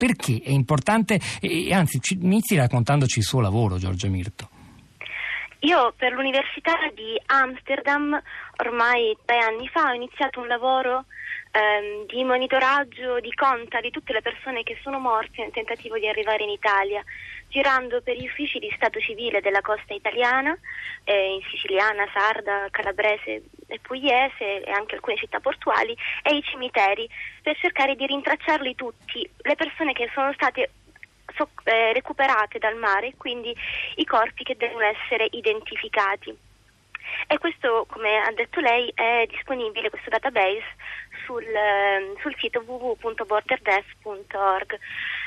Perché è importante? E anzi, inizi raccontandoci il suo lavoro, Giorgia Mirto. Io per l'Università di Amsterdam ormai 3 anni fa ho iniziato un lavoro di monitoraggio, di conta di tutte le persone che sono morte nel tentativo di arrivare in Italia, girando per gli uffici di stato civile della costa italiana, in siciliana, sarda, calabrese e pugliese e anche alcune città portuali, e i cimiteri, per cercare di rintracciarli tutti, le persone che sono state recuperate dal mare, quindi i corpi che devono essere identificati. E questo, come ha detto lei, è disponibile, questo database, sul sito www.borderdeath.org.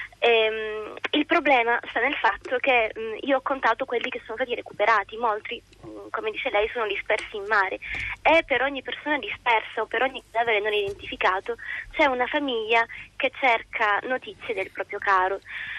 Il problema sta nel fatto che io ho contato quelli che sono stati recuperati, molti, come dice lei, sono dispersi in mare, e per ogni persona dispersa o per ogni cadavere non identificato c'è una famiglia che cerca notizie del proprio caro.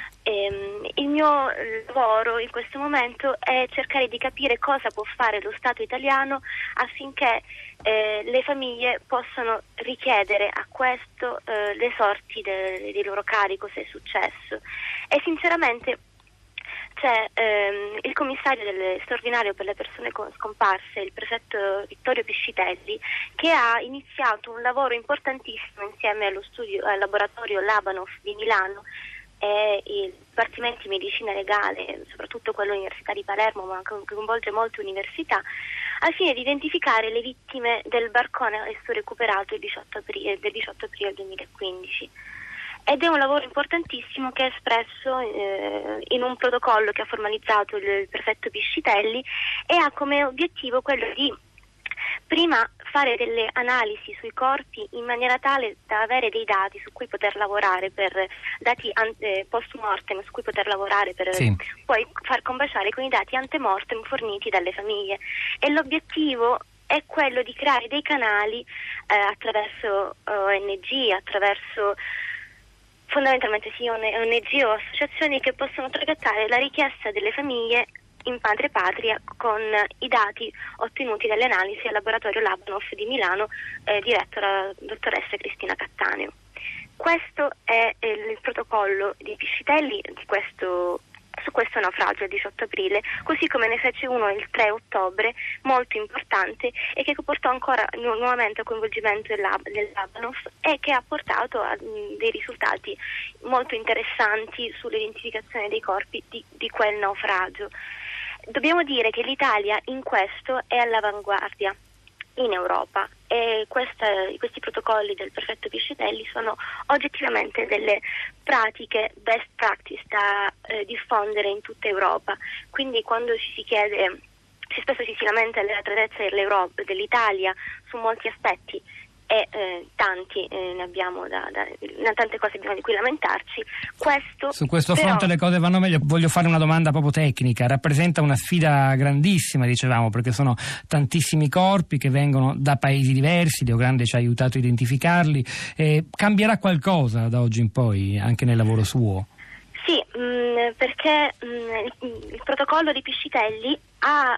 Il mio lavoro in questo momento è cercare di capire cosa può fare lo Stato italiano affinché le famiglie possano richiedere a questo le sorti dei loro cari, cosa è successo. E sinceramente c'è il commissario straordinario per le persone scomparse, il prefetto Vittorio Piscitelli, che ha iniziato un lavoro importantissimo insieme al laboratorio Labanov di Milano e i dipartimenti di medicina legale, soprattutto quello dell'Università di Palermo, ma che coinvolge molte università, al fine di identificare le vittime del barcone adesso recuperato del 18 aprile 2015. Ed è un lavoro importantissimo che è espresso in un protocollo che ha formalizzato il prefetto Piscitelli e ha come obiettivo quello di prima fare delle analisi sui corpi in maniera tale da avere dei dati su cui poter lavorare, per dati post mortem su cui poter lavorare per poi far combaciare con i dati ante mortem forniti dalle famiglie. E l'obiettivo è quello di creare dei canali attraverso ONG, attraverso fondamentalmente ONG o associazioni che possono trattare la richiesta delle famiglie in madre patria con i dati ottenuti dalle analisi al laboratorio Labanov di Milano, diretto dalla dottoressa Cristina Cattaneo. Questo è il protocollo di Piscitelli su questo naufragio il 18 aprile, così come ne fece uno il 3 ottobre, molto importante, e che portò ancora nuovamente al coinvolgimento del Labanov e che ha portato a dei risultati molto interessanti sull'identificazione dei corpi di quel naufragio. Dobbiamo dire che l'Italia in questo è all'avanguardia in Europa, e questi protocolli del prefetto Piscitelli sono oggettivamente delle pratiche best practice da diffondere in tutta Europa. Quindi quando spesso ci si lamenta dell'arretratezza dell'Italia su molti aspetti, e tanti ne abbiamo tante cose di cui lamentarci. Su questo fronte le cose vanno meglio. Voglio fare una domanda proprio tecnica. Rappresenta una sfida grandissima, dicevamo, perché sono tantissimi corpi che vengono da paesi diversi. Leo Grande ci ha aiutato a identificarli. Cambierà qualcosa da oggi in poi anche nel lavoro suo? Sì, perché il protocollo di Piscitelli ha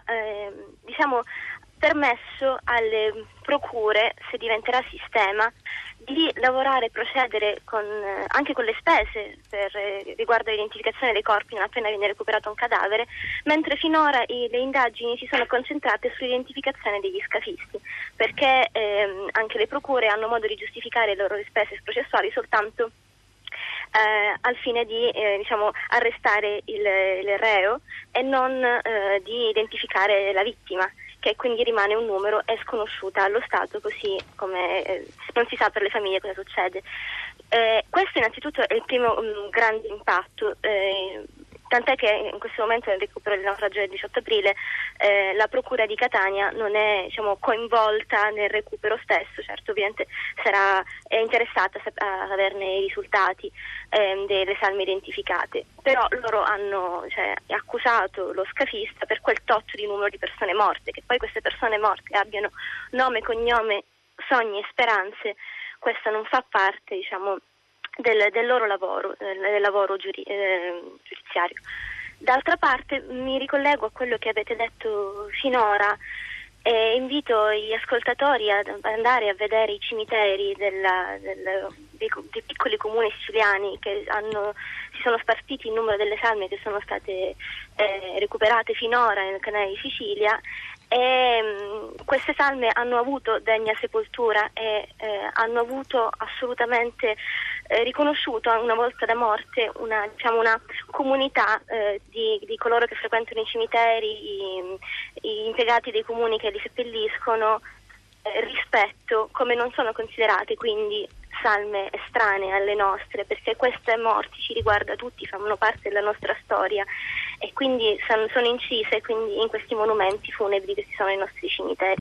permesso alle procure, se diventerà sistema, di lavorare e procedere anche con le spese riguardo all'identificazione dei corpi non appena viene recuperato un cadavere, mentre finora le indagini si sono concentrate sull'identificazione degli scafisti, perché anche le procure hanno modo di giustificare le loro spese processuali soltanto al fine di arrestare il reo e non di identificare la vittima, che quindi rimane un numero e sconosciuta allo Stato, così come non si sa per le famiglie cosa succede. Questo innanzitutto è il primo grande impatto, tant'è che in questo momento nel recupero del naufragio del 18 aprile la Procura di Catania non è coinvolta nel recupero stesso. Certo, ovviamente è interessata a averne i risultati delle salme identificate, però loro hanno accusato lo scafista per quel tot di numero di persone morte. Che poi queste persone morte abbiano nome, cognome, sogni e speranze, questo non fa parte del loro lavoro, del lavoro giudiziario. D'altra parte mi ricollego a quello che avete detto finora e invito gli ascoltatori ad andare a vedere i cimiteri dei piccoli comuni siciliani che si sono spartiti il numero delle salme che sono state recuperate finora nel canale di Sicilia, e queste salme hanno avuto degna sepoltura e hanno avuto assolutamente riconosciuto una volta da morte una comunità di coloro che frequentano i cimiteri, gli impiegati dei comuni che li seppelliscono, rispetto, come non sono considerate quindi salme estranee alle nostre, perché queste morti ci riguarda tutti, fanno parte della nostra storia e quindi sono incise quindi in questi monumenti funebri che ci sono nei nostri cimiteri.